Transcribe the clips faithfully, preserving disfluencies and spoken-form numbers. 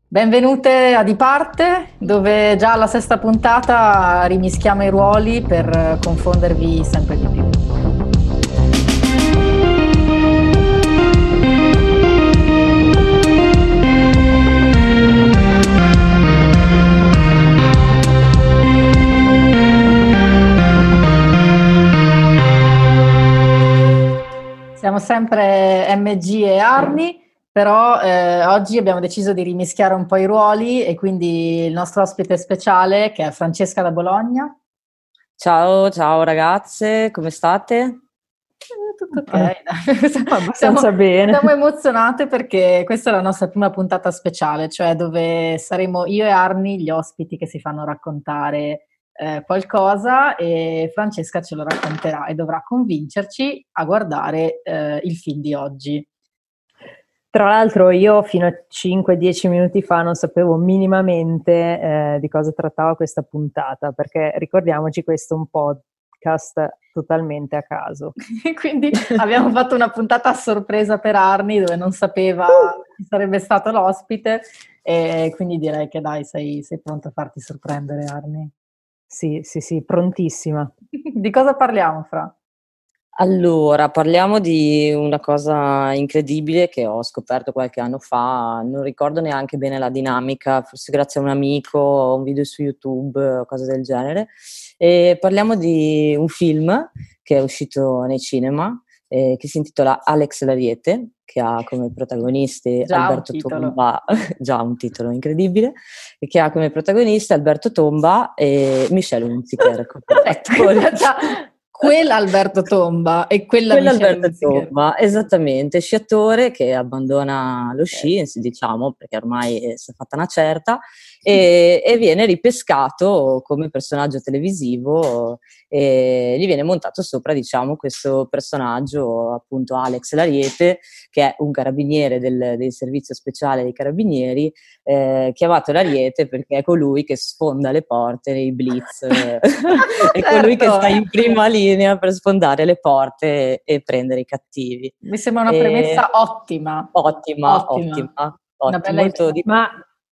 Benvenute a Di Parte, dove già alla sesta puntata rimischiamo i ruoli per confondervi sempre di più. Siamo sempre M G e Arni. Però eh, oggi abbiamo deciso di rimischiare un po' i ruoli e quindi il nostro ospite speciale, che è Francesca da Bologna. Ciao, ciao ragazze, come state? Eh, tutto ok, eh, siamo, siamo, bene. Siamo emozionate perché questa è la nostra prima puntata speciale, cioè dove saremo io e Arni gli ospiti che si fanno raccontare eh, qualcosa e Francesca ce lo racconterà e dovrà convincerci a guardare eh, il film di oggi. Tra l'altro io fino a cinque dieci minuti fa non sapevo minimamente eh, di cosa trattava questa puntata, perché ricordiamoci, questo è un podcast totalmente a caso. Quindi abbiamo fatto una puntata a sorpresa per Arni dove non sapeva chi sarebbe stato l'ospite e quindi direi che dai, sei, sei pronto a farti sorprendere, Arni? Sì, sì, sì, prontissima. Di cosa parliamo, Fra? Allora, parliamo di una cosa incredibile che ho scoperto qualche anno fa, non ricordo neanche bene la dinamica, forse grazie a un amico, un video su YouTube o cose del genere. E parliamo di un film che è uscito nei cinema, eh, che si intitola Alex l'Ariete, che ha come protagonisti già Alberto Tomba, già un titolo incredibile, e che ha come protagonisti Alberto Tomba e Michelle Hunziker. Quell'Alberto Tomba e quella Quell'Alberto Tomba, esattamente, sciatore che abbandona lo sci, okay. diciamo, perché ormai si è fatta una certa, e, e viene ripescato come personaggio televisivo e gli viene montato sopra, diciamo, questo personaggio, appunto Alex l'Ariete, che è un carabiniere del, del servizio speciale dei carabinieri, eh, chiamato l'Ariete perché è colui che sfonda le porte nei blitz, è certo. Colui che sta in prima linea per sfondare le porte e, e prendere i cattivi. Mi sembra una premessa e... ottima. Ottima, ottima. ottima, ottima molto di... Ma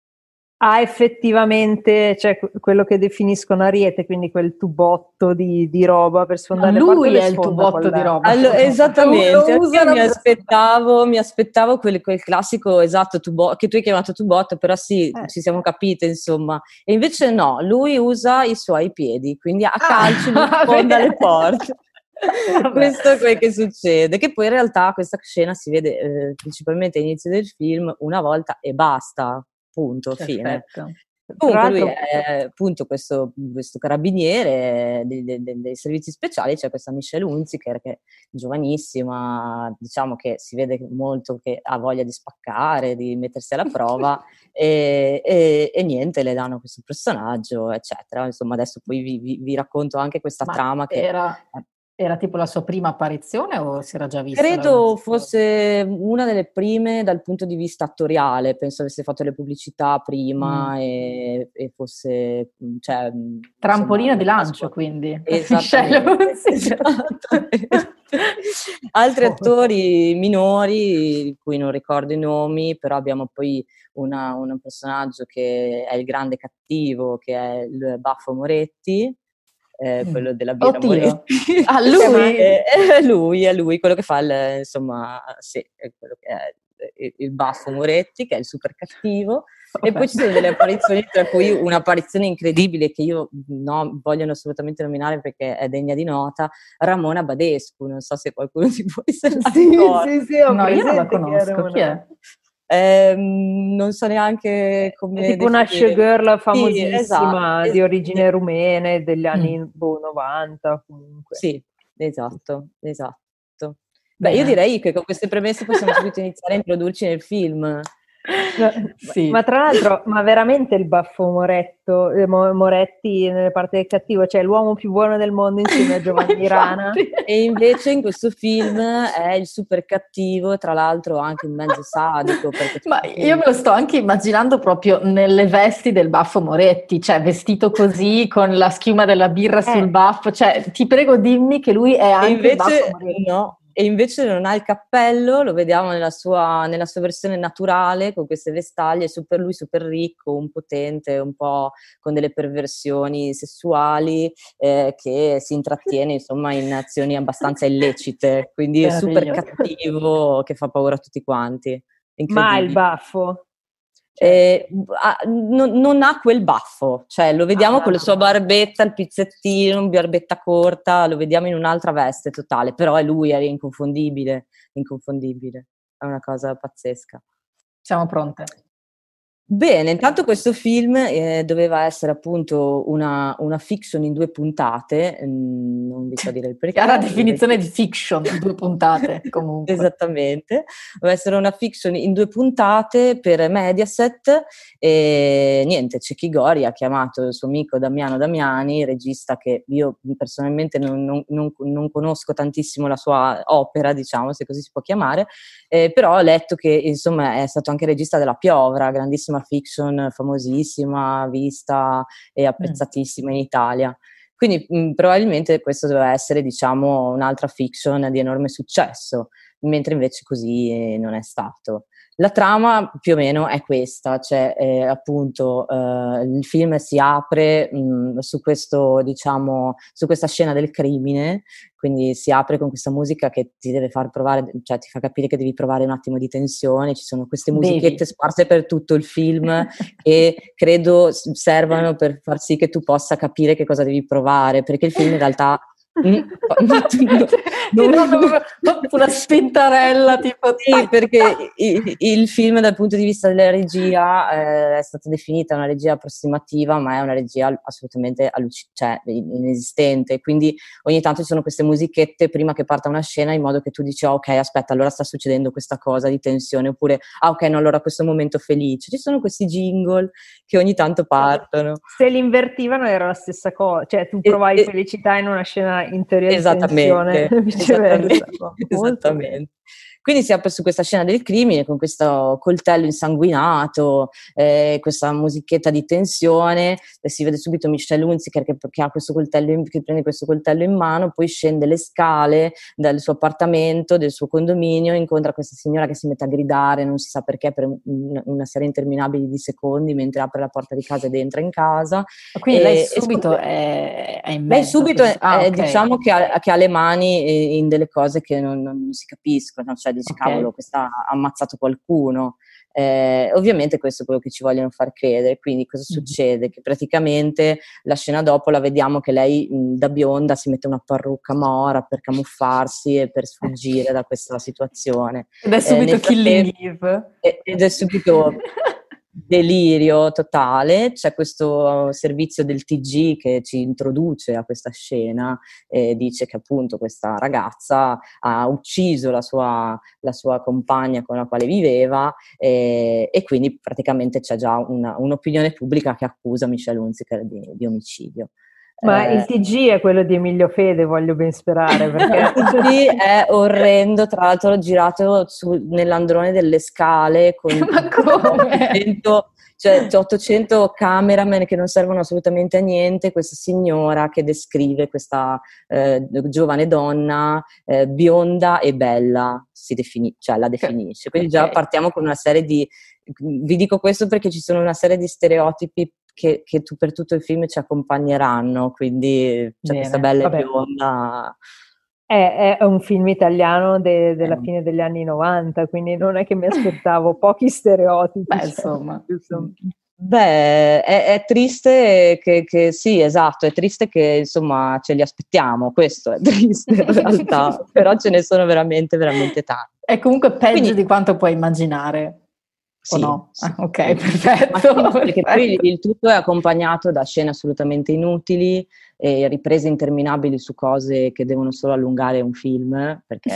ha effettivamente, cioè, quello che definiscono ariete, quindi quel tubotto di, di roba per sfondare no, le porte. Lui è il tubotto di roba. Allora, esattamente, io mi aspettavo, mi aspettavo quel, quel classico, esatto, tubo, che tu hai chiamato tubotto, però sì, eh. ci siamo capite, insomma. E invece no, lui usa i suoi piedi, quindi a calci ah, sfonda le porte. Questo è quel che succede, che poi in realtà questa scena si vede eh, principalmente all'inizio del film una volta e basta. Punto, fine. Comunque lui è appunto questo, questo carabiniere dei, dei, dei servizi speciali, c'è questa Michelle Hunziker che è giovanissima, diciamo che si vede molto che ha voglia di spaccare, di mettersi alla prova e, e, e niente, le danno questo personaggio, eccetera. Insomma, adesso poi vi, vi, vi racconto anche questa Ma trama che... Era... Era tipo la sua prima apparizione o si era già vista? Credo fosse una delle prime dal punto di vista attoriale, penso avesse fatto le pubblicità prima mm. e, e fosse... Cioè, trampolino insomma, di lancio, quindi. Esattamente. Esattamente. Altri attori minori, di cui non ricordo i nomi, però abbiamo poi una, un personaggio che è il grande cattivo, che è il Baffo Moretti, Eh, quello della birra Oddio. Moretti. Ah, lui? è, è lui, è lui, quello che fa il, insomma, sì, è quello che è il, il Baffo Moretti, che è il super cattivo. Okay. E poi ci sono delle apparizioni, tra cui un'apparizione incredibile che io no, voglio assolutamente nominare perché è degna di nota, Ramona Badescu, non so se qualcuno di voi se la sì, ricorda. Sì, sì, ho no, io non la conosco, chi è? Eh, non so neanche come è tipo una showgirl famosissima, sì, esatto, di origine rumene degli anni mm. boh, novanta comunque. Sì, esatto, esatto. Beh, Beh, io direi che con queste premesse possiamo subito iniziare a introdurci nel film. Sì. Ma tra l'altro, ma veramente il Baffo Moretto, eh, Moretti nelle parti del cattivo, cioè l'uomo più buono del mondo insieme a Giovanni Rana. E invece in questo film è il super cattivo, tra l'altro anche un mezzo sadico. Ma io me lo sto anche immaginando proprio nelle vesti del Baffo Moretti, cioè vestito così con la schiuma della birra eh. sul baffo, cioè ti prego dimmi che lui è anche e invece, il Baffo Moretti. No. e invece non ha il cappello, lo vediamo nella sua, nella sua versione naturale, con queste vestaglie, super, lui super ricco, un potente, un po' con delle perversioni sessuali, eh, che si intrattiene insomma in azioni abbastanza illecite, quindi è super cattivo, che fa paura a tutti quanti. Ma il baffo? Cioè. Eh, ha, non, non ha quel baffo, cioè lo vediamo ah, con la sua barbetta, il pizzettino, barbetta corta, lo vediamo in un'altra veste totale, però è lui, è inconfondibile, inconfondibile, è una cosa pazzesca. Siamo pronte. Bene, intanto questo film eh, doveva essere appunto una, una fiction in due puntate, mh, non vi so dire il perché. Chiara definizione di fiction, due puntate comunque. Esattamente, doveva essere una fiction in due puntate per Mediaset e niente, Cecchi Gori ha chiamato il suo amico Damiano Damiani, regista che io personalmente non, non, non, non conosco tantissimo la sua opera, diciamo, se così si può chiamare, eh, però ho letto che insomma è stato anche regista della Piovra, grandissima fiction famosissima, vista e apprezzatissima in Italia. Quindi mh, probabilmente questo doveva essere, diciamo, un'altra fiction di enorme successo, mentre invece così eh, non è stato. La trama più o meno è questa, cioè eh, appunto eh, il film si apre mh, su questo, diciamo, su questa scena del crimine, quindi si apre con questa musica che ti deve far provare, cioè ti fa capire che devi provare un attimo di tensione, ci sono queste musichette devi. sparse per tutto il film che credo servano per far sì che tu possa capire che cosa devi provare, perché il film in realtà una spintarella tipo sì, perché il, il film dal punto di vista della regia eh, è stata definita una regia approssimativa, ma è una regia assolutamente alluc- cioè, inesistente, quindi ogni tanto ci sono queste musichette prima che parta una scena in modo che tu dici oh, ok aspetta allora sta succedendo questa cosa di tensione, oppure ah ok no allora questo momento felice, ci sono questi jingle che ogni tanto partono. Se li invertivano era la stessa cosa, cioè tu provavi e, felicità in una scena interiore esattamente, tensione, esattamente, esattamente. Quindi si apre su questa scena del crimine con questo coltello insanguinato, eh, questa musichetta di tensione, e si vede subito Michelle Hunziker che, che ha questo coltello in, che prende questo coltello in mano, poi scende le scale dal suo appartamento, del suo condominio, incontra questa signora che si mette a gridare, non si sa perché, per un, una serie interminabile di secondi, mentre apre la porta di casa ed entra in casa. Quindi e, lei subito è, è in mezzo. Lei subito è, ah, è, okay. diciamo che ha, che ha le mani in delle cose che non, non si capiscono, cioè dici okay. Cavolo, questa ha ammazzato qualcuno. Eh, ovviamente questo è quello che ci vogliono far credere, quindi cosa mm. succede? Che praticamente la scena dopo la vediamo che lei mh, da bionda si mette una parrucca mora per camuffarsi e per sfuggire da questa situazione. Ed è subito eh, killing Eve. Ed è subito delirio totale. C'è questo servizio del T G che ci introduce a questa scena e dice che appunto questa ragazza ha ucciso la sua, la sua compagna con la quale viveva e, e quindi praticamente c'è già una, un'opinione pubblica che accusa Michelle Hunziker di, di omicidio. Ma eh, il T G è quello di Emilio Fede, voglio ben sperare. Perché... il T G è orrendo, tra l'altro l'ho girato su, nell'androne delle scale con Ma come? ottocento, cioè, ottocento cameraman che non servono assolutamente a niente, questa signora che descrive questa eh, giovane donna eh, bionda e bella, si defini- cioè la definisce. Quindi okay. Già partiamo con una serie di... Vi dico questo perché ci sono una serie di stereotipi Che, che tu, per tutto il film ci accompagneranno, quindi c'è Bene, questa bella vabbè. bionda. È, è un film italiano de, della eh. fine degli anni novanta, quindi non è che mi aspettavo pochi stereotipi. Beh, insomma. insomma. Beh, è, è triste che, che sì, esatto, è triste che insomma ce li aspettiamo, questo è triste in realtà, però ce ne sono veramente, veramente tanti. È comunque peggio quindi, di quanto puoi immaginare. Sì, o no? Sì, ah, ok, sì. perfetto. Sì, perché perfetto. poi il tutto è accompagnato da scene assolutamente inutili e riprese interminabili su cose che devono solo allungare un film, perché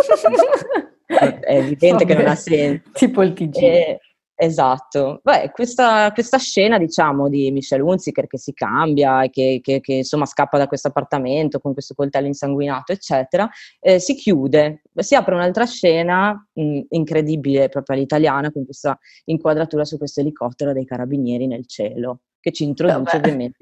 è, è evidente che non ha senso. Tipo il T G. E, esatto. Beh, questa, questa scena, diciamo, di Michelle Hunziker che si cambia e che, che, che insomma scappa da questo appartamento con questo coltello insanguinato, eccetera, eh, si chiude. Si apre un'altra scena mh, incredibile, proprio all'italiana, con questa inquadratura su questo elicottero dei carabinieri nel cielo, che ci introduce Vabbè. ovviamente a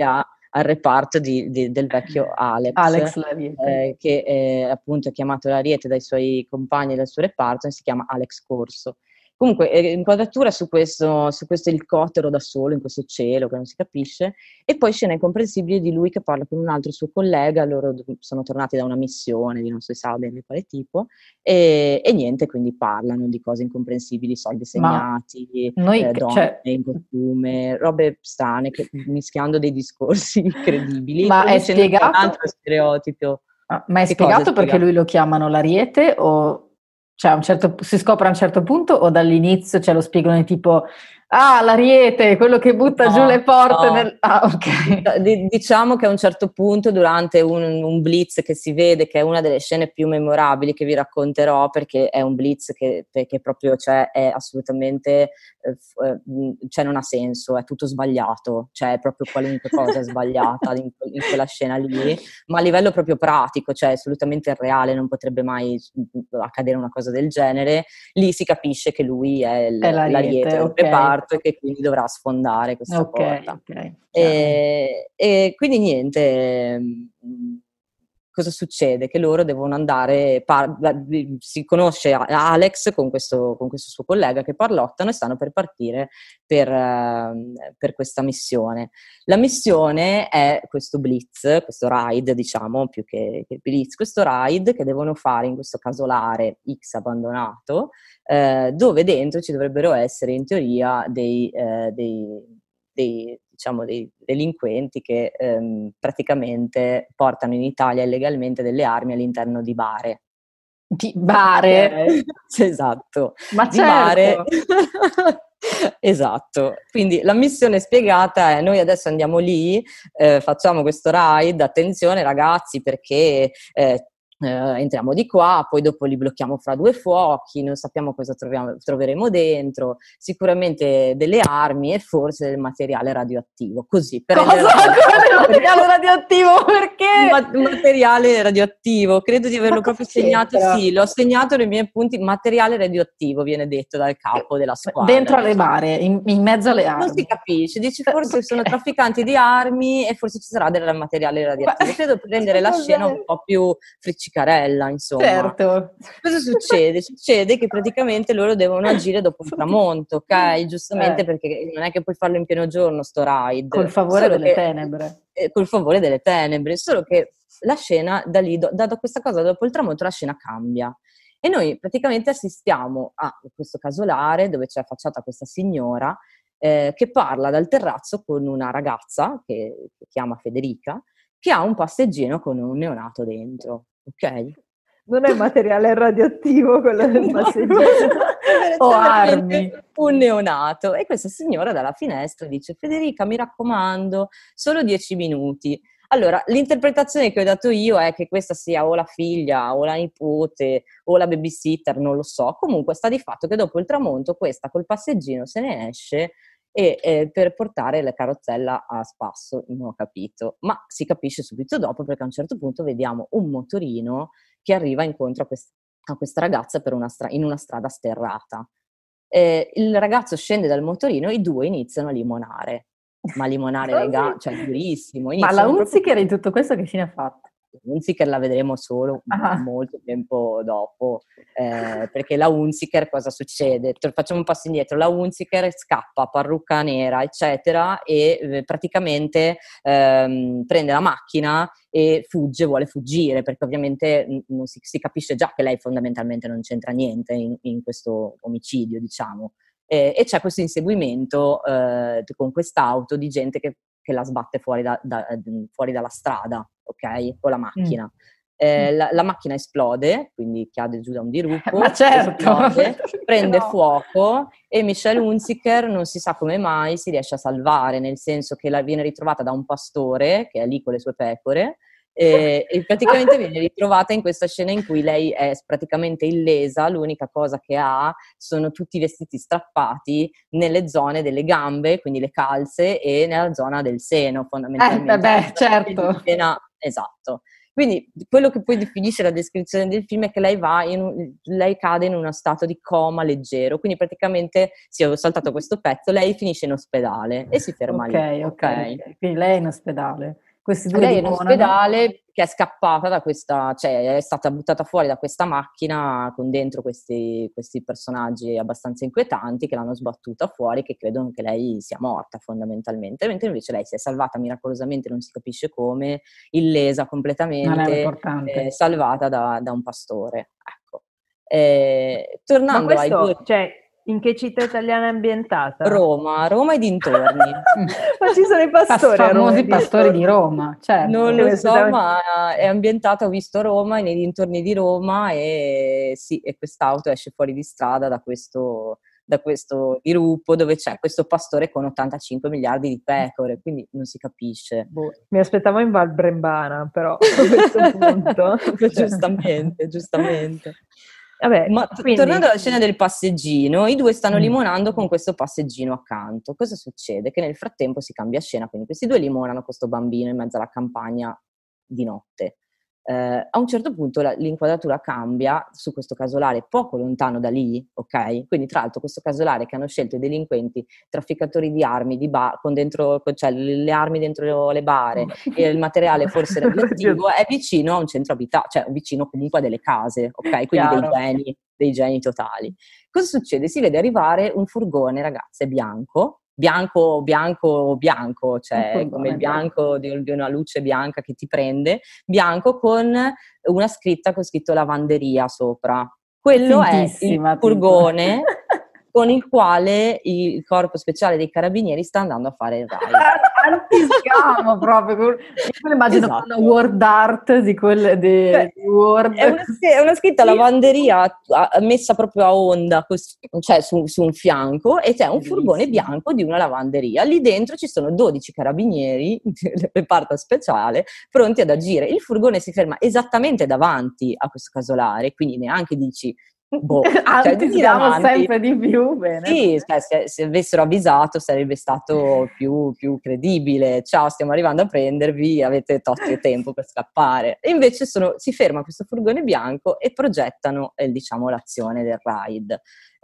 al reparto di, di, del vecchio Alex, Alex l'Ariete. Eh, che eh, appunto è chiamato l'Ariete dai suoi compagni del suo reparto e si chiama Alex Corso. Comunque, eh, inquadratura su questo, su questo elicottero da solo, in questo cielo che non si capisce, e poi scena incomprensibile di lui che parla con un altro suo collega, loro sono tornati da una missione di non si sa bene quale tipo, e, e niente, quindi parlano di cose incomprensibili, soldi segnati, noi, eh, donne cioè, in costume, robe strane, che, mischiando dei discorsi incredibili. Ma è spiegato? Un altro stereotipo. Ah, ma è Che spiegato è perché spiegato? lui lo chiamano l'Ariete o cioè a un certo, si scopre a un certo punto o dall'inizio ce lo spiegano di tipo ah, l'Ariete, quello che butta No, giù le porte no. nel... Ah, ok. D- diciamo che a un certo punto durante un, un blitz che si vede, che è una delle scene più memorabili che vi racconterò, perché è un blitz che, che proprio cioè, è assolutamente eh, cioè non ha senso, è tutto sbagliato, cioè proprio qualunque cosa è sbagliata in, in quella scena lì, ma a livello proprio pratico, cioè assolutamente irreale, non potrebbe mai accadere una cosa del genere. Lì si capisce che lui è, il, È l'Ariete, l'Ariete del okay. reparto e che quindi dovrà sfondare questa okay, porta. Okay, e, e quindi niente, cosa succede? Che loro devono andare, par- si conosce Alex con questo, con questo suo collega che parlottano e stanno per partire per, uh, per questa missione. La missione è questo blitz, questo raid diciamo, più che, che blitz, questo raid che devono fare in questo casolare X abbandonato, eh, dove dentro ci dovrebbero essere in teoria dei, eh, dei, dei diciamo dei delinquenti che ehm, praticamente portano in Italia illegalmente delle armi all'interno di bare. Di bare? Okay. Esatto. Ma di certo! Bare. Esatto. Quindi la missione spiegata è: noi adesso andiamo lì, eh, facciamo questo raid, attenzione ragazzi perché eh, eh, entriamo di qua, poi dopo li blocchiamo fra due fuochi, non sappiamo cosa troviamo, troveremo dentro, sicuramente delle armi e forse del materiale radioattivo. Così, per cosa? Come materiale radioattivo? Perché? Ma- materiale radioattivo, credo di averlo Ma proprio cosa segnato, c'entra? sì, l'ho segnato nei miei punti, materiale radioattivo viene detto dal capo della squadra. Dentro alle bare, in, in mezzo alle armi. Non si capisce, dici forse okay. sono trafficanti di armi e forse ci sarà del materiale radioattivo. Credo per rendere la scena un po' più friccicarella, insomma. Certo. Cosa succede? Succede che praticamente loro devono agire dopo il tramonto, ok? Giustamente eh. perché non è che puoi farlo in pieno giorno sto raid. Col favore solo delle che, tenebre. Eh, col favore delle tenebre, solo che la scena, da lì, da, da questa cosa dopo il tramonto la scena cambia. E noi praticamente assistiamo a questo casolare dove c'è affacciata questa signora eh, che parla dal terrazzo con una ragazza che, che chiama Federica, che ha un passeggino con un neonato dentro, ok? Non è materiale radioattivo quello del No, passeggino. O armi. Un neonato. E questa signora dalla finestra dice: Federica, mi raccomando, solo dieci minuti. Allora, l'interpretazione che ho dato io è che questa sia o la figlia, o la nipote, o la babysitter, non lo so. Comunque sta di fatto che dopo il tramonto questa col passeggino se ne esce e eh, per portare la carrozzella a spasso, non ho capito. Ma si capisce subito dopo perché a un certo punto vediamo un motorino che arriva incontro a, quest- a questa ragazza per una stra- in una strada sterrata. Eh, il ragazzo scende dal motorino e i due iniziano a limonare. Ma limonare, raga, cioè durissimo. Ma la Iniziano Hunziker proprio... in tutto questo che fine ha fatto? Hunziker la vedremo solo Ah. molto tempo dopo, eh, perché la Hunziker cosa succede? Facciamo un passo indietro, la Hunziker scappa, parrucca nera, eccetera, e eh, praticamente ehm, prende la macchina e fugge, vuole fuggire, perché ovviamente non si, si capisce già che lei fondamentalmente non c'entra niente in, in questo omicidio, diciamo. E, e c'è questo inseguimento eh, con quest'auto di gente che, che la sbatte fuori, da, da, fuori dalla strada, ok? Con la macchina. Mm. Eh, la, la macchina esplode, quindi cade giù da un dirupo, ma certo. esplode, prende no. fuoco e Michelle Hunziker non si sa come mai si riesce a salvare, nel senso che la viene ritrovata da un pastore che è lì con le sue pecore, e, e praticamente viene ritrovata in questa scena in cui lei è praticamente illesa, l'unica cosa che ha sono tutti i vestiti strappati nelle zone delle gambe, quindi le calze, e nella zona del seno fondamentalmente. Eh, beh, certo. Scena, esatto. Quindi quello che poi definisce la descrizione del film è che lei va in un, lei cade in uno stato di coma leggero, quindi praticamente, sì, ho saltato questo pezzo, lei finisce in ospedale e si ferma okay, lì. okay, okay. Quindi lei è in ospedale. Questi due Lei è in limonano. ospedale, che è scappata da questa, cioè è stata buttata fuori da questa macchina con dentro questi, questi personaggi abbastanza inquietanti che l'hanno sbattuta fuori, che credono che lei sia morta fondamentalmente, mentre invece lei si è salvata miracolosamente, non si capisce come, illesa Non è completamente, importante. eh, salvata da, da un pastore. Ecco. Eh, Ma tornando ai due... questo, cioè, in che città italiana è ambientata? Roma, Roma e dintorni. Ma ci sono i Pas- pastori a Roma famosi e pastori di dintorni. Roma, certo. Non Che lo mi so, aspettavo- ma è ambientata, ho visto Roma, nei dintorni di Roma e sì, e quest'auto esce fuori di strada da questo, da questo dirupo dove c'è questo pastore con ottantacinque miliardi di pecore, quindi non si capisce. Boh, mi aspettavo in Val Brembana, però a questo punto... Giustamente, giustamente. Vabbè, Ma t- quindi... tornando alla scena del passeggino, i due stanno Mm. limonando con questo passeggino accanto. Cosa succede? Che nel frattempo si cambia scena, quindi questi due limonano con questo bambino in mezzo alla campagna di notte. Eh, a un certo punto la- l'inquadratura cambia su questo casolare poco lontano da lì, ok? Quindi tra l'altro questo casolare che hanno scelto i delinquenti, trafficatori di armi, di ba- con dentro, con- cioè le le armi dentro le bare e il materiale forse radioattivo, è vicino a un centro abitato, cioè vicino comunque a delle case, ok? Quindi dei Chiaro. geni, dei geni totali. Cosa succede? Si vede arrivare un furgone, ragazze, bianco, bianco, bianco, bianco, Un cioè furgone come il bianco di, di una luce bianca che ti prende, bianco con una scritta con scritto lavanderia sopra. Quello è il Fintissima, tipo. furgone con il quale il corpo speciale dei carabinieri sta andando a fare il raid. Antiscamo proprio. Io me lo immagino Esatto. con una word art di quelle di, Cioè, di Word. È una, è una scritta lavanderia a- messa proprio a onda, cos- cioè su, su un fianco, e c'è un furgone Bellissimo. bianco di una lavanderia. Lì dentro ci sono dodici carabinieri del reparto speciale pronti ad agire. Il furgone si ferma esattamente davanti a questo casolare, quindi neanche dici boh, cioè, Antiscamo davanti. sempre di più, bene. Sì, cioè, se, se avessero avvisato sarebbe stato più, più credibile. Ciao, stiamo arrivando a prendervi, avete tot tempo per scappare. E invece sono, si ferma questo furgone bianco e progettano, eh, diciamo, l'azione del raid.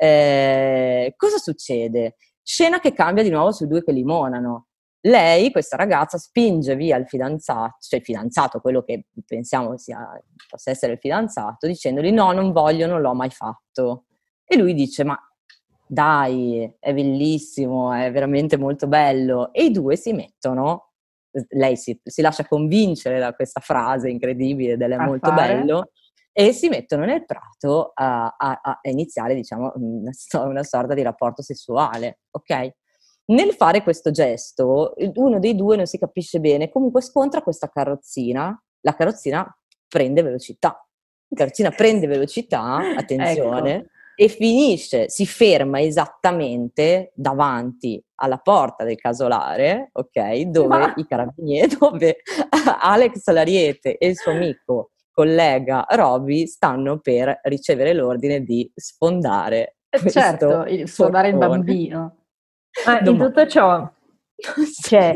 Eh, cosa succede? Scena che cambia di nuovo sui due che limonano. Lei, questa ragazza, spinge via il fidanzato, cioè il fidanzato, quello che pensiamo sia, possa essere il fidanzato, dicendogli no, non voglio, non l'ho mai fatto. E lui dice, ma dai, è bellissimo, è veramente molto bello. E i due si mettono, lei si, si lascia convincere da questa frase incredibile ed è A molto fare? bello, e si mettono nel prato a, a- a iniziare, diciamo, una, una sorta di rapporto sessuale, ok? Nel fare questo gesto, uno dei due non si capisce bene, comunque scontra questa carrozzina, la carrozzina prende velocità, la carrozzina prende velocità, attenzione, Ecco. e finisce, si ferma esattamente davanti alla porta del casolare, ok? Dove Ma- i carabinieri, dove Alex Lariete e il suo amico collega Roby stanno per ricevere l'ordine di sfondare Eh, questo certo, il sfondare il portone. bambino. Ah, in Domani. tutto ciò, cioè,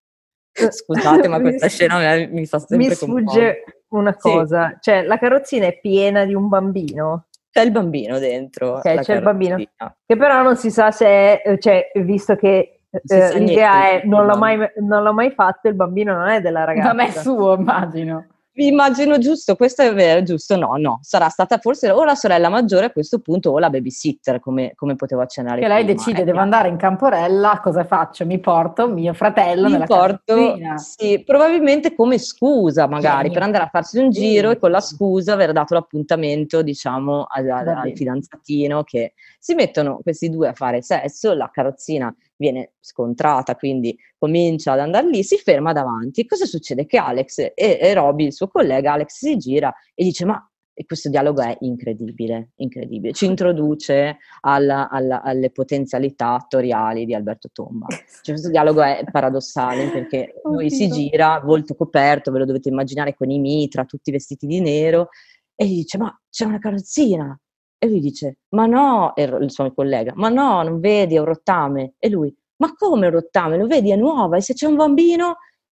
Scusate, ma mi- questa scena mi, mi fa sempre mi sfugge una Sì. cosa, cioè la carrozzina è piena di un bambino. C'è il bambino dentro. Ok, la c'è il bambino, carrozzina. che però non si sa se è, cioè, visto che si eh, sa l'idea niente, è non l'ho, mai, bambino. non l'ho mai fatto, il bambino non è della ragazza. Non è suo, immagino. Vi immagino giusto, questo è vero, giusto? No, no, sarà stata forse o la sorella maggiore a questo punto o la babysitter, come, come potevo accennare Che lei prima. decide, Eh, devo andare in Camporella, cosa faccio? Mi porto mio fratello Mi nella porto, carrozzina. sì, probabilmente come scusa magari, Genio. per andare a farsi un Sì. giro e con la scusa aver dato l'appuntamento, diciamo, al, al- Va al bene. fidanzatino, che si mettono questi due a fare sesso, la carrozzina viene scontrata, quindi comincia ad andare lì, si ferma davanti. E cosa succede? Che Alex e, e Roby, il suo collega, Alex si gira e dice ma... E questo dialogo è incredibile, incredibile. Ci introduce alla- alla- alle potenzialità attoriali di Alberto Tomba. Cioè, questo dialogo è paradossale perché lui si Oddio. gira, volto coperto, ve lo dovete immaginare con i mitra, tutti vestiti di nero, e gli dice, ma c'è una carrozzina. E lui dice, ma no, e il suo collega, ma no, non vedi, è un rottame. E lui, ma come un rottame? Lo vedi, è nuova, e se c'è un bambino?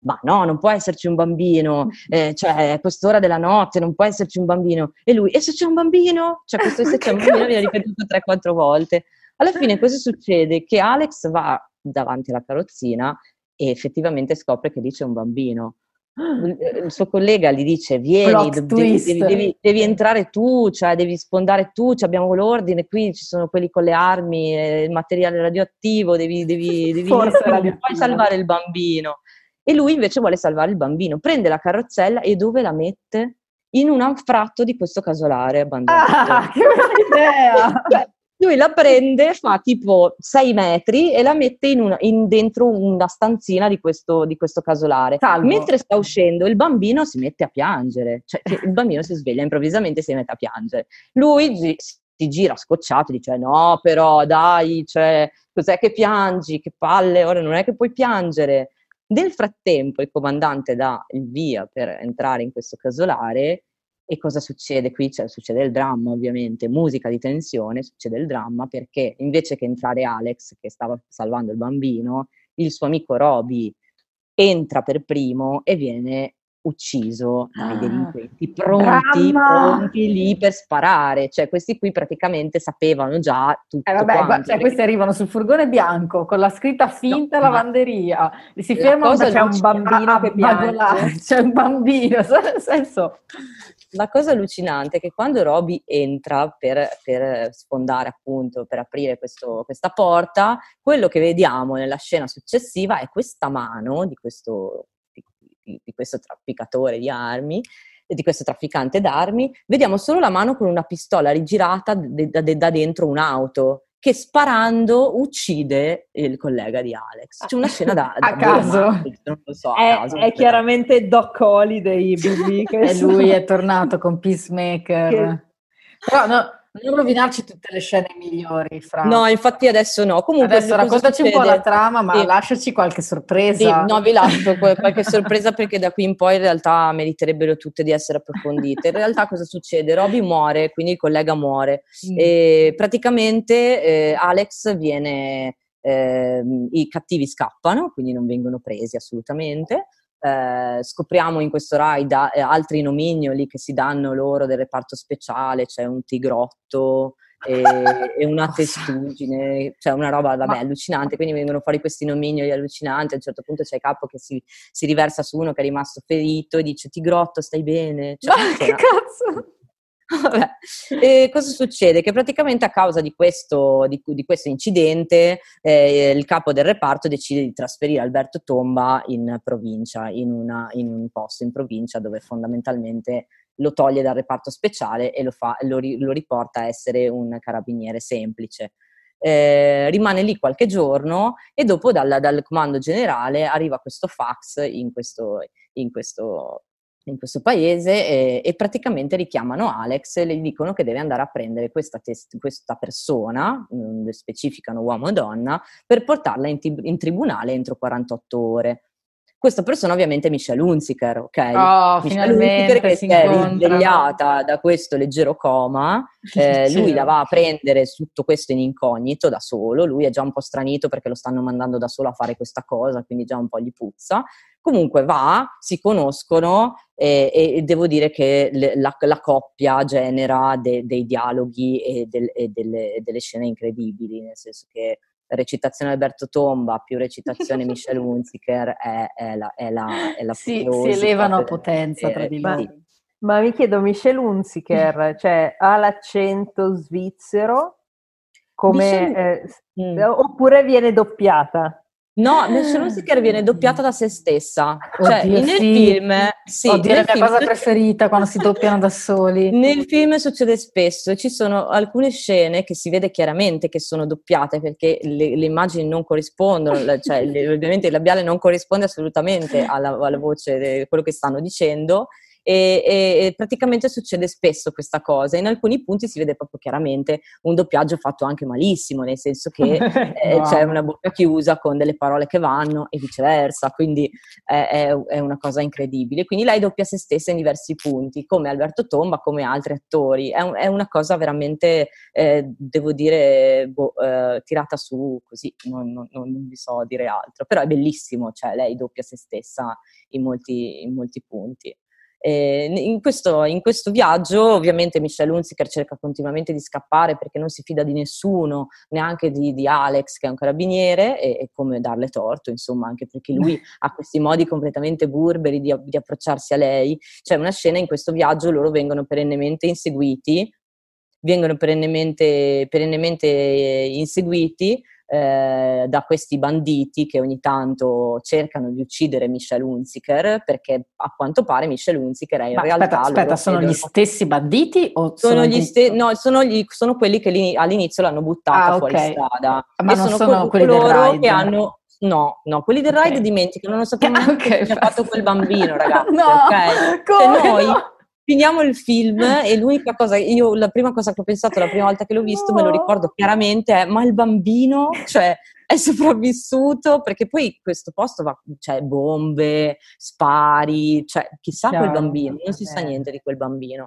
ma no, non può esserci un bambino, eh, cioè a quest'ora della notte non può esserci un bambino. E lui, e se c'è un bambino? Cioè questo se c'è un bambino viene ripetuto tre quattro volte. Alla fine cosa succede? Che Alex va davanti alla carrozzina e effettivamente scopre che lì c'è un bambino. Il, il suo collega gli dice vieni, Plot devi, twist. devi, devi, devi entrare tu, cioè devi sfondare tu, cioè, abbiamo l'ordine qui, ci sono quelli con le armi, eh, il materiale radioattivo, devi, devi, devi Forse non radioattivo. puoi salvare il bambino. E lui invece vuole salvare il bambino, prende la carrozzella e dove la mette? In un anfratto di questo casolare abbandonato. Ah, che bella idea! Lui la prende, fa tipo sei metri e la mette in una, in dentro una stanzina di questo, di questo casolare. Salvo. Mentre sta uscendo, il bambino si mette a piangere. Cioè, il bambino si sveglia improvvisamente e si mette a piangere. Lui gi- si gira scocciato e dice no, però dai, cioè, cos'è che piangi? Che palle, ora non è che puoi piangere. Nel frattempo il comandante dà il via per entrare in questo casolare. E cosa succede qui? Cioè, succede il dramma, ovviamente, musica di tensione, succede il dramma perché invece che entrare Alex, che stava salvando il bambino, il suo amico Roby entra per primo e viene ucciso dai delinquenti, pronti, Dramma! pronti lì per sparare. Cioè, questi qui praticamente sapevano già tutto Eh vabbè, quanto. cioè, questi arrivano sul furgone bianco con la scritta finta No, lavanderia, si la fermano cosa perché c'è un bambino che piange. c'è un bambino, nel senso... La cosa allucinante è che quando Roby entra per, per sfondare, appunto, per aprire questo, questa porta, quello che vediamo nella scena successiva è questa mano di questo, di, di, di questo trafficatore di armi, di questo trafficante d'armi, vediamo solo la mano con una pistola rigirata da, da, da dentro un'auto, che sparando uccide il collega di Alex. C'è una scena da, da a caso. Marvel, non lo so, a È, caso. è chiaramente Doc Holiday, B B, che E lui so. è tornato con Peacemaker. Che... Però no, non rovinarci tutte le scene migliori, Fra. No, infatti adesso no. Comunque, adesso raccontaci un po' la trama, ma sì. lasciaci qualche sorpresa. Sì, no, vi lascio qualche sorpresa perché da qui in poi in realtà meriterebbero tutte di essere approfondite. In realtà cosa succede? Roby muore, quindi il collega muore. Mm. E praticamente eh, Alex viene... Eh, i cattivi scappano, quindi non vengono presi assolutamente. Eh, scopriamo in questo raid eh, altri nomignoli che si danno loro del reparto speciale, c'è un tigrotto e, e una testuggine, cioè una roba vabbè, Ma... allucinante, quindi vengono fuori questi nomignoli allucinanti. A un certo punto c'è il capo che si, si riversa su uno che è rimasto ferito e dice tigrotto stai bene? Cioè, ma che cazzo? Vabbè. E cosa succede? Che praticamente a causa di questo, di, di questo incidente eh, il capo del reparto decide di trasferire Alberto Tomba in provincia, in, una, in un posto in provincia dove fondamentalmente lo toglie dal reparto speciale e lo, fa, lo, ri, lo riporta a essere un carabiniere semplice. Eh, rimane lì qualche giorno e dopo dal, dal comando generale arriva questo fax in questo, in questo in questo paese e, e praticamente richiamano Alex e le dicono che deve andare a prendere questa, test, questa persona, non specificano uomo o donna, per portarla in, t- in tribunale entro quarantotto ore. Questa persona ovviamente è Michelle Hunziker, ok? Oh, Michelle Hunziker che si, si è risvegliata da questo leggero coma, eh, lui la va a prendere tutto questo in incognito da solo, lui è già un po' stranito perché lo stanno mandando da solo a fare questa cosa, quindi già un po' gli puzza. Comunque va, si conoscono e, e devo dire che le, la, la coppia genera de, dei dialoghi e, del, e delle, delle scene incredibili, nel senso che recitazione Alberto Tomba più recitazione Michelle Hunziker è, è la, è la, è la sì, si elevano a potenza tra di loro. Ma, ma mi chiedo, Michelle Hunziker, cioè, ha l'accento svizzero come, Michelle... eh, mm. oppure viene doppiata? No, Michelle Hunziker viene doppiata da se stessa. Cioè, Oddio, nel sì. film, sì, Oddio, è la mia film cosa preferita quando si doppiano da soli. Nel film succede spesso, ci sono alcune scene che si vede chiaramente che sono doppiate perché le, le immagini non corrispondono, cioè le, ovviamente il labiale non corrisponde assolutamente alla, alla voce di quello che stanno dicendo e, e, e praticamente succede spesso questa cosa. In alcuni punti si vede proprio chiaramente un doppiaggio fatto anche malissimo, nel senso che eh, c'è una bocca chiusa con delle parole che vanno e viceversa, quindi è, è, è una cosa incredibile. Quindi lei doppia se stessa in diversi punti, come Alberto Tomba, come altri attori. È, un, è una cosa veramente, eh, devo dire, boh, eh, tirata su così, non, non, non vi so dire altro, però è bellissimo, cioè lei doppia se stessa in molti, in molti punti. Eh, in, questo, in questo viaggio ovviamente Michelle Hunziker cerca continuamente di scappare perché non si fida di nessuno, neanche di, di Alex che è un carabiniere, e, e come darle torto, insomma, anche perché lui ha questi modi completamente burberi di, di approcciarsi a lei. C'è una scena in questo viaggio, loro vengono perennemente inseguiti vengono perennemente, perennemente inseguiti eh, da questi banditi che ogni tanto cercano di uccidere Michelle Hunziker, perché a quanto pare Michelle Hunziker è in Ma realtà... Aspetta, aspetta sono credono, gli stessi banditi o sono, sono gli gli... ste- no, sono, gli, sono quelli che all'inizio l'hanno buttata ah, fuori ok. strada. Ma e non sono, sono col- quelli del coloro ride? che hanno... No, no, quelli del Ok. ride dimenticano, non sappiamo neanche Ok, che fine ha fatto quel bambino, ragazzi, no, ok? come Cioè noi... no? Finiamo il film e l'unica cosa, io la prima cosa che ho pensato la prima volta che l'ho visto, No. me lo ricordo chiaramente, è ma il bambino, cioè è sopravvissuto, perché poi questo posto va, cioè bombe, spari, cioè chissà Chiaro. quel bambino, non si sa niente di quel bambino.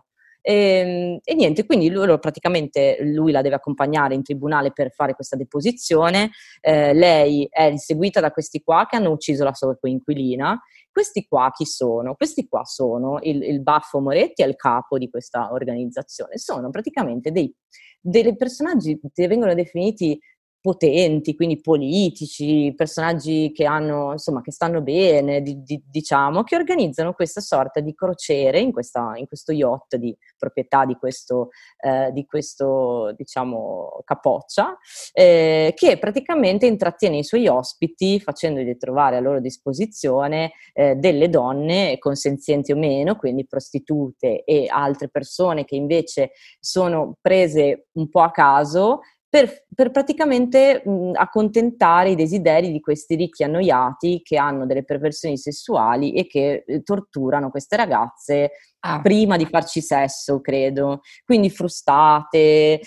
E, e niente, quindi loro praticamente lui la deve accompagnare in tribunale per fare questa deposizione, eh, lei è inseguita da questi qua che hanno ucciso la sua coinquilina. Questi qua chi sono? Questi qua sono il, il Baffo Moretti, è il capo di questa organizzazione, sono praticamente dei, dei personaggi che vengono definiti potenti, quindi politici, personaggi che hanno, insomma, che stanno bene, di, di, diciamo, che organizzano questa sorta di crociere in, questa, in questo yacht di proprietà di questo, eh, di questo diciamo, capoccia, eh, che praticamente intrattiene i suoi ospiti facendogli trovare a loro disposizione eh, delle donne consenzienti o meno, quindi prostitute e altre persone che invece sono prese un po' a caso, Per, per praticamente mh, accontentare i desideri di questi ricchi annoiati che hanno delle perversioni sessuali e che eh, torturano queste ragazze ah. prima di farci sesso, credo. Quindi frustate,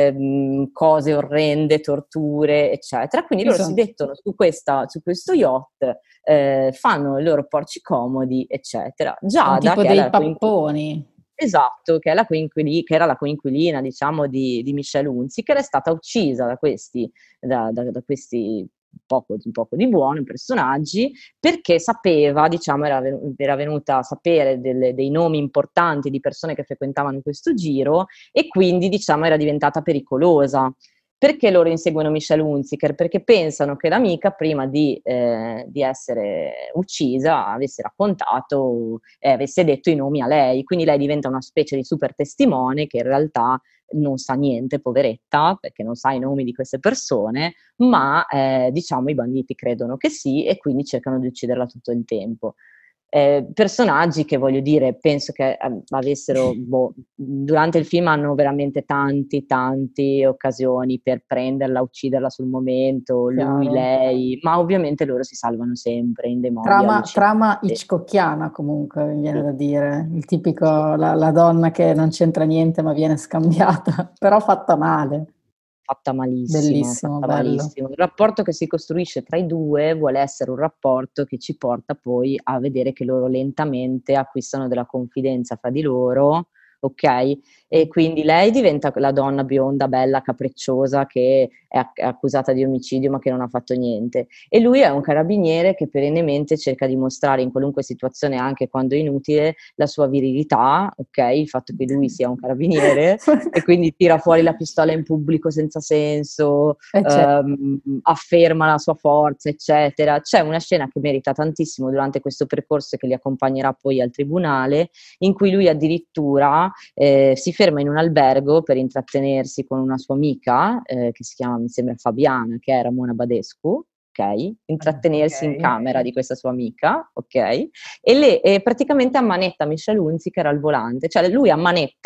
ehm, cose orrende, torture, eccetera. Quindi loro esatto. si mettono su, questa, su questo yacht, eh, fanno i loro porci comodi, eccetera. Giada, tipo che dei è la papponi. Esatto, che, è la coinquilina, che era la coinquilina, diciamo, di, di Michelle Hunziker, è stata uccisa da questi, da, da, da questi poco, un poco di buoni personaggi, perché sapeva, diciamo, era, era venuta a sapere delle, dei nomi importanti di persone che frequentavano questo giro e quindi, diciamo, era diventata pericolosa. Perché loro inseguono Michelle Hunziker? Perché pensano che l'amica, prima di, eh, di essere uccisa, avesse raccontato e eh, avesse detto i nomi a lei. Quindi lei diventa una specie di super testimone che in realtà non sa niente, poveretta, perché non sa i nomi di queste persone, ma eh, diciamo i banditi credono che sì e quindi cercano di ucciderla tutto il tempo. Eh, personaggi che voglio dire, penso che eh, avessero, boh, durante il film hanno veramente tanti, tanti occasioni per prenderla, ucciderla sul momento, Chiaro. lui, lei, ma ovviamente loro si salvano sempre in dei modi Trama, trama Hitchcockiana comunque, mi viene da dire, il tipico, la, la donna che non c'entra niente ma viene scambiata, però fatta male. Fatta malissimo, Bellissimo, fatta bello. malissimo. Il rapporto che si costruisce tra i due vuole essere un rapporto che ci porta poi a vedere che loro lentamente acquistano della confidenza fra di loro, ok? E quindi lei diventa la donna bionda, bella, capricciosa che è, è accusata di omicidio ma che non ha fatto niente. E lui è un carabiniere che perennemente cerca di mostrare in qualunque situazione, anche quando è inutile, la sua virilità, ok? Il fatto che lui sia un carabiniere e quindi tira fuori la pistola in pubblico senza senso, ehm, afferma la sua forza, eccetera. C'è una scena che merita tantissimo durante questo percorso e che li accompagnerà poi al tribunale, in cui lui addirittura eh, si ferma in un albergo per intrattenersi con una sua amica eh, che si chiama, mi sembra, Fabiana, che è Ramona Badescu, ok? Intrattenersi okay. in camera di questa sua amica, ok? E, le, e praticamente ammanetta Michelle Hunziker al volante, cioè lui ammanetta,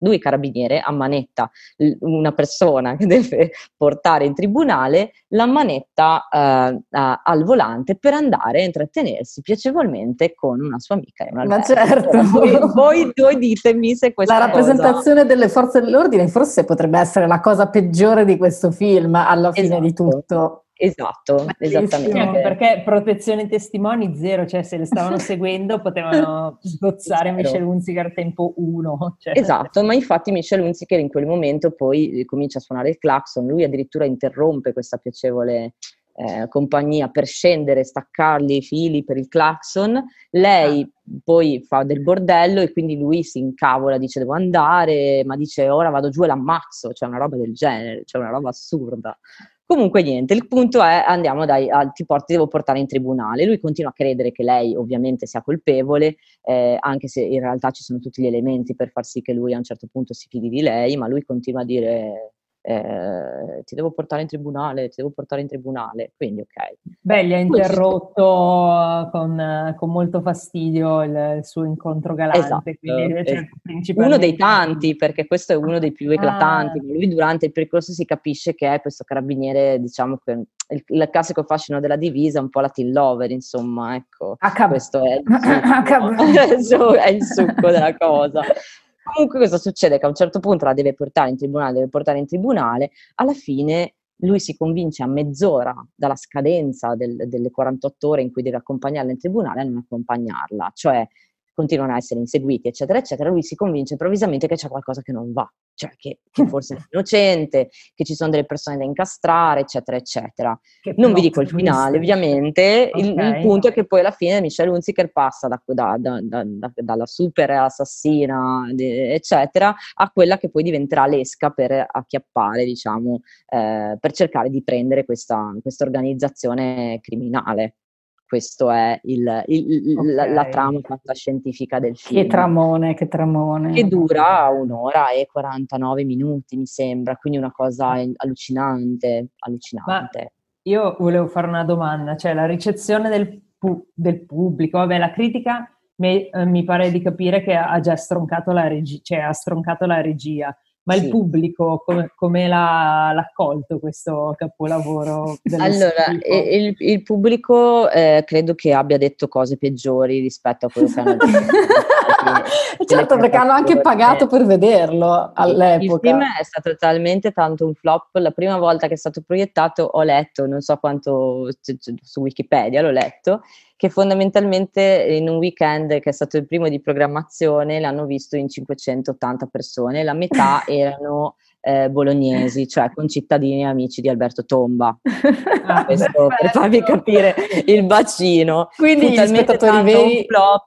lui carabiniere ammanetta una persona che deve portare in tribunale, l'ammanetta eh, al volante per andare a intrattenersi piacevolmente con una sua amica. Ma certo. Voi, voi, voi ditemi se questa la rappresentazione cosa... delle forze dell'ordine forse potrebbe essere la cosa peggiore di questo film alla fine esatto. di tutto. Esatto, esattamente. Anche perché protezione testimoni zero, cioè se le stavano seguendo potevano sgozzare Michelle Hunziker tempo uno. Cioè. Esatto, ma infatti Michelle Hunziker in quel momento poi comincia a suonare il clacson, lui addirittura interrompe questa piacevole eh, compagnia per scendere, staccargli i fili per il clacson, lei ah. poi fa del bordello e quindi lui si incavola, dice devo andare, ma dice ora vado giù e l'ammazzo, cioè una roba del genere, cioè una roba assurda. Comunque niente, il punto è andiamo dai, a, ti porti, devo portare in tribunale. Lui continua a credere che lei ovviamente sia colpevole, eh, anche se in realtà ci sono tutti gli elementi per far sì che lui a un certo punto si fidi di lei, ma lui continua a dire eh, ti devo portare in tribunale, ti devo portare in tribunale, quindi ok. Beh, gli ha interrotto con, con molto fastidio il, il suo incontro galante. Esatto, quindi, cioè, esatto. Uno dei tanti, perché questo è uno dei più eclatanti, ah. lui durante il percorso si capisce che è questo carabiniere, diciamo che il, il classico fascino della divisa, un po' la teen lover, insomma, ecco, H- questo è il, succo, è il succo della cosa. Comunque cosa succede? Che a un certo punto la deve portare in tribunale, deve portare in tribunale, alla fine lui si convince a mezz'ora dalla scadenza del, delle quarantotto ore in cui deve accompagnarla in tribunale a non accompagnarla, cioè continuano a essere inseguiti, eccetera, eccetera, lui si convince improvvisamente che c'è qualcosa che non va, cioè che, che forse è innocente, che ci sono delle persone da incastrare, eccetera, eccetera. Che non vi dico il finale, ovviamente, okay. il, il punto è che poi alla fine Michelle Hunziker passa da, da, da, da, da, dalla super assassina, eccetera, a quella che poi diventerà l'esca per acchiappare, diciamo, eh, per cercare di prendere questa, questa organizzazione criminale. Questo è il, il, okay. la, la trama fantascientifica del film. Che tramone, che tramone. Che dura un'ora e quarantanove minuti, mi sembra, quindi una cosa allucinante, allucinante. Ma io volevo fare una domanda, cioè la ricezione del, pu- del pubblico, vabbè, la critica mi, eh, mi pare di capire che ha già stroncato la regia, cioè ha stroncato la regia. Ma sì. Il pubblico come, come l'ha, l'ha accolto questo capolavoro? Allora, il, il pubblico eh, credo che abbia detto cose peggiori rispetto a quello che hanno detto. Certo, perché hanno anche pagato per vederlo all'epoca. Il film è stato talmente tanto un flop, la prima volta che è stato proiettato ho letto, non so quanto, su Wikipedia l'ho letto, che fondamentalmente in un weekend che è stato il primo di programmazione l'hanno visto in cinquecentottanta persone, la metà erano eh, bolognesi, cioè concittadini e amici di Alberto Tomba. Ah, questo per farvi capire il bacino. Quindi gli spettatori veri... un flop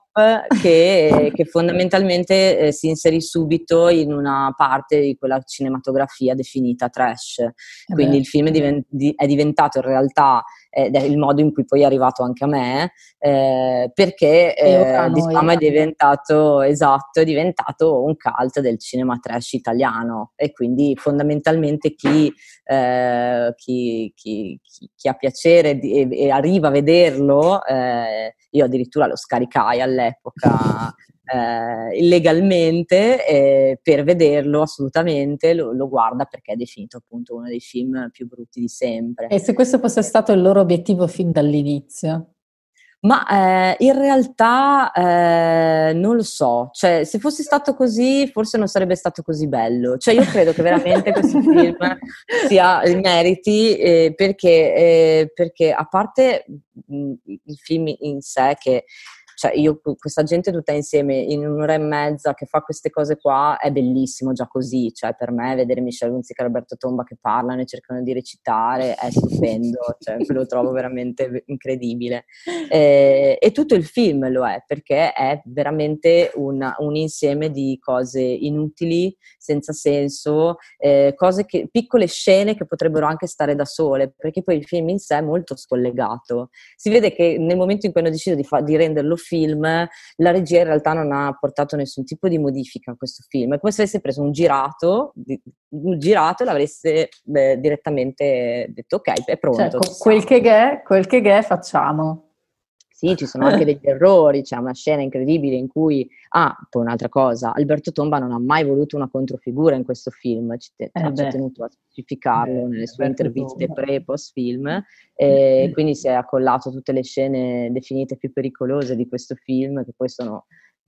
che, che fondamentalmente eh, si inserì subito in una parte di quella cinematografia definita trash. Quindi eh il film è, diven- di- è diventato in realtà ed è il modo in cui poi è arrivato anche a me, eh, perché eh, diciamo è diventato esatto, è diventato un cult del cinema trash italiano e quindi fondamentalmente chi, eh, chi, chi, chi, chi ha piacere di, e, e arriva a vederlo, eh, io addirittura lo scaricai all'epoca eh, illegalmente eh, per vederlo assolutamente, lo, lo guarda perché è definito appunto uno dei film più brutti di sempre. E se questo fosse stato il loro obiettivo fin dall'inizio? Ma eh, in realtà eh, non lo so, cioè se fosse stato così forse non sarebbe stato così bello, cioè io credo che veramente questo film sia meriti eh, perché, eh, perché a parte mh, il film in sé che cioè io, questa gente tutta insieme in un'ora e mezza che fa queste cose qua è bellissimo già così, cioè per me vedere Michelle Hunziker e Alberto Tomba che parlano e cercano di recitare è stupendo, cioè lo trovo veramente incredibile eh, e tutto il film lo è perché è veramente un, un insieme di cose inutili, senza senso, eh, cose che, piccole scene che potrebbero anche stare da sole, perché poi il film in sé è molto scollegato, si vede che nel momento in cui hanno deciso di, fa- di renderlo film, la regia in realtà non ha portato nessun tipo di modifica a questo film, è come se avesse preso un girato un girato e l'avreste beh, direttamente detto ok, è pronto. Cioè, quel che è, quel che è facciamo. Sì, ci sono anche degli errori, c'è una scena incredibile in cui, ah, poi un'altra cosa, Alberto Tomba non ha mai voluto una controfigura in questo film, ci, te- Eh ci ha beh. tenuto a specificarlo Beh, nelle sue Alberto interviste Tomba. pre e post film, e quindi si è accollato tutte le scene definite più pericolose di questo film, che poi sono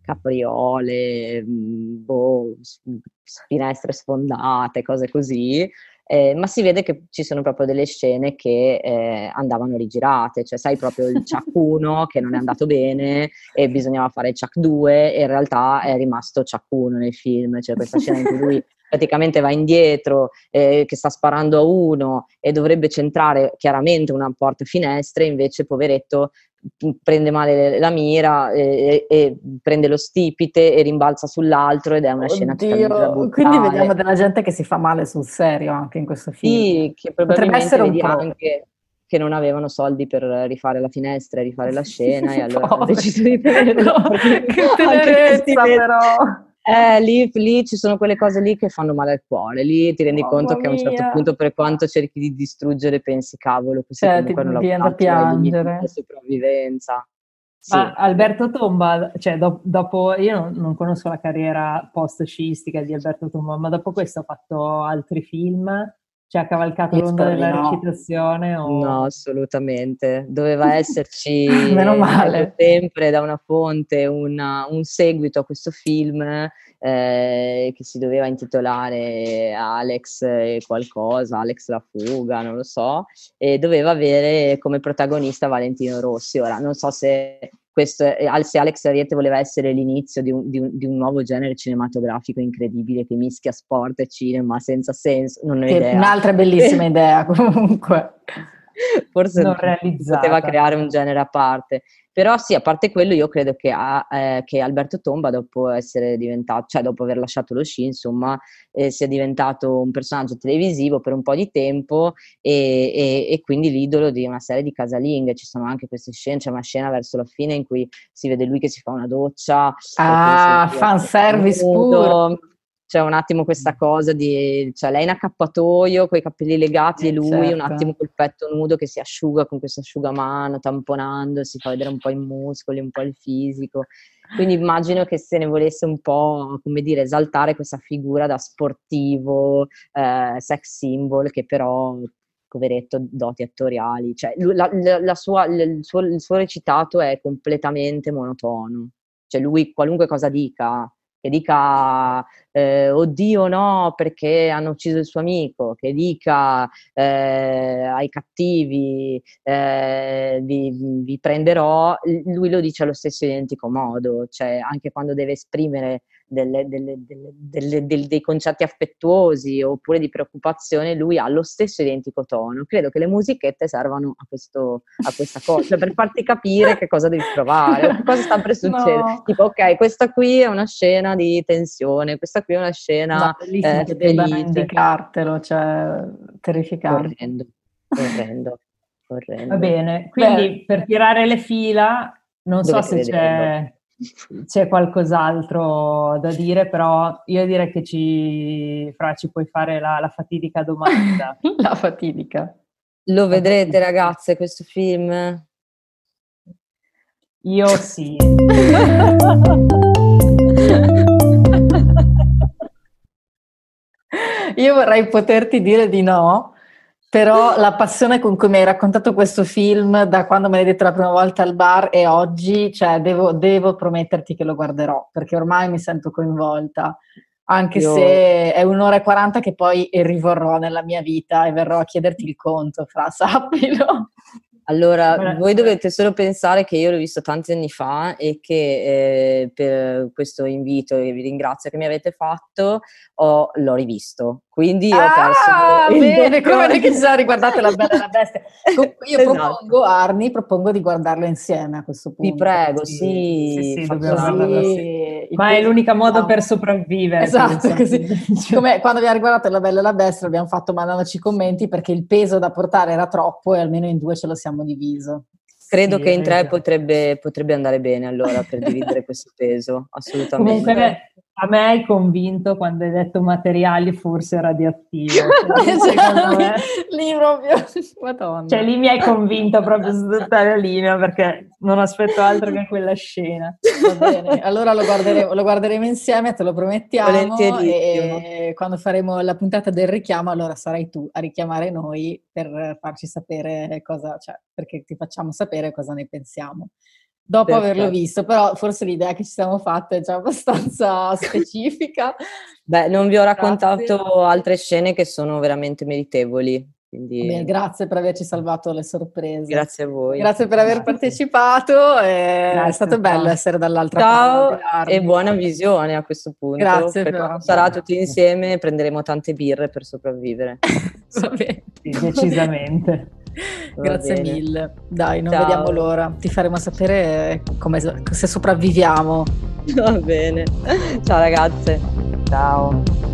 capriole, mh, boh, s- finestre sfondate, cose così. Eh, ma si vede che ci sono proprio delle scene che eh, andavano rigirate, cioè sai proprio il Chuck uno che non è andato bene e bisognava fare il Chuck due e in realtà è rimasto Chuck uno nel film, cioè questa scena in cui lui praticamente va indietro, eh, che sta sparando a uno e dovrebbe centrare chiaramente una porta finestre, invece poveretto prende male la mira e, e prende lo stipite e rimbalza sull'altro ed è una scena totalmente da Oddio, quindi vediamo buttare. della gente che si fa male sul serio anche in questo film. Sì, che Potrebbe probabilmente essere un vedi pro. anche che non avevano soldi per rifare la finestra e rifare la scena e allora hanno Poveri. deciso di tenere No, l'attore. che Anche questi tenerezza vedi- però. eh, lì, lì ci sono quelle cose lì che fanno male al cuore, lì ti rendi conto Mamma che a un certo mia. punto, per quanto cerchi di distruggere, pensi cavolo, questi Cioè, ti comunque hanno viene da lavorato ai limiti della piangere. sopravvivenza. Ma Sì, Alberto Tomba, cioè do- dopo, io non, non conosco la carriera post-sciistica di Alberto Tomba, ma dopo questo ha fatto altri film, cioè ha cavalcato Io l'onda spero di della no. recitazione no, o... assolutamente. Doveva esserci, Meno eh, leggo male. sempre da una fonte, una- un seguito a questo film eh, che si doveva intitolare Alex e qualcosa, Alex la fuga, non lo so, e doveva avere come protagonista Valentino Rossi. Ora, non so se, questo, eh, se Alex Ariete voleva essere l'inizio di un, di un- di un nuovo genere cinematografico incredibile che mischia sport e cinema senza senso, non ho Che idea. un'altra bellissima idea comunque. non Forse poteva realizzata. creare un genere a parte. Però sì, a parte quello, io credo che, a- eh, che Alberto Tomba, dopo essere diventato, cioè dopo aver lasciato lo sci, insomma, eh, sia diventato un personaggio televisivo per un po' di tempo e, e- e quindi l'idolo di una serie di casalinghe. Ci sono anche queste scene, c'è una scena verso la fine in cui si vede lui che si fa una doccia e quindi si vede Ah, lui a fanservice puro. nudo. C'è un attimo questa cosa di, cioè lei in accappatoio con i capelli legati e Eh, lui un attimo certo. col petto nudo che si asciuga con questo asciugamano, tamponando, si fa vedere un po' i muscoli, un po' il fisico. Quindi immagino che se ne volesse un po', come dire, esaltare questa figura da sportivo, eh, sex symbol, che però, poveretto, doti attoriali. Cioè, lui- la, la- la sua- il, suo, il suo recitato è completamente monotono. Cioè lui, qualunque cosa dica, che dica eh, oddio no perché hanno ucciso il suo amico, che dica eh, ai cattivi eh, vi, vi prenderò, lui lo dice allo stesso identico modo, cioè anche quando deve esprimere delle, delle, delle, delle, del- dei concetti affettuosi oppure di preoccupazione, lui ha lo stesso identico tono. Credo che le musichette servano a, questo, a questa cosa, cioè per farti capire che cosa devi provare o che cosa sta per succedere. No. Tipo, ok, questa qui è una scena di tensione, questa qui è una No, scena bellissimo eh, che debbano felice. indicartelo, cioè terrificante. Orrendo, orrendo, Va orrendo. bene, Beh, quindi per tirare le fila, non so Dovete se vederlo. c'è, c'è qualcos'altro da dire, però io direi che ci, Fra, ci puoi fare la, la fatidica domanda. la fatidica. Lo La vedrete, fatidica. ragazze, questo film? Io sì. Io vorrei poterti dire di no, però la passione con cui mi hai raccontato questo film da quando me l'hai detto la prima volta al bar e oggi, cioè devo, devo prometterti che lo guarderò, perché ormai mi sento coinvolta, anche Io se è un'ora e quaranta che poi rivorrò nella mia vita e verrò a chiederti il conto, Fra, sappilo. Allora, Guarda, voi dovete solo pensare che io l'ho visto tanti anni fa e che eh, per questo invito, e vi ringrazio che mi avete fatto, ho- l'ho rivisto. Quindi ho perso Ah, il bene, come doppio. noi che ci siamo riguardate La Bella e la Bestia. Comunque io Esatto. propongo, Arni, propongo di guardarlo insieme a questo Vi punto. prego, sì, sì, sì, sì, dobbiamo guardarlo assieme. Così il Ma è peso l'unico che modo per abbiamo. sopravvivere, Esatto, penso. così. Come quando abbiamo riguardato La Bella e la Bestia l'abbiamo fatto mandandoci i commenti perché il peso da portare era troppo e almeno in due ce lo siamo diviso. Credo Sì, che in tre esatto. potrebbe, potrebbe andare bene allora per dividere questo peso, Comunque assolutamente. beh, A me hai convinto quando hai detto materiali forse radioattivi. Cioè, me... lì proprio, Madonna. Cioè lì mi hai convinto proprio su tutta la linea, perché non aspetto altro che quella scena. Va bene, allora lo guarderemo, lo guarderemo insieme, te lo promettiamo, e quando faremo la puntata del richiamo allora sarai tu a richiamare noi per farci sapere cosa, cioè perché ti facciamo sapere cosa ne pensiamo. Dopo Perfetto. averlo visto, però forse l'idea che ci siamo fatte è già abbastanza specifica. Beh, non vi ho raccontato grazie. altre scene che sono veramente meritevoli. Quindi... Beh, grazie per averci salvato le sorprese. Grazie a voi. Grazie per aver grazie. partecipato. E è stato bello essere dall'altra Ciao parte. E buona visione a questo punto. Grazie. Per quando sarà tutti insieme prenderemo tante birre per sopravvivere. Va bene. Sì, decisamente. Grazie mille. Dai, non Ciao. vediamo l'ora. Ti faremo sapere come, se sopravviviamo. Va bene. Ciao ragazze. Ciao.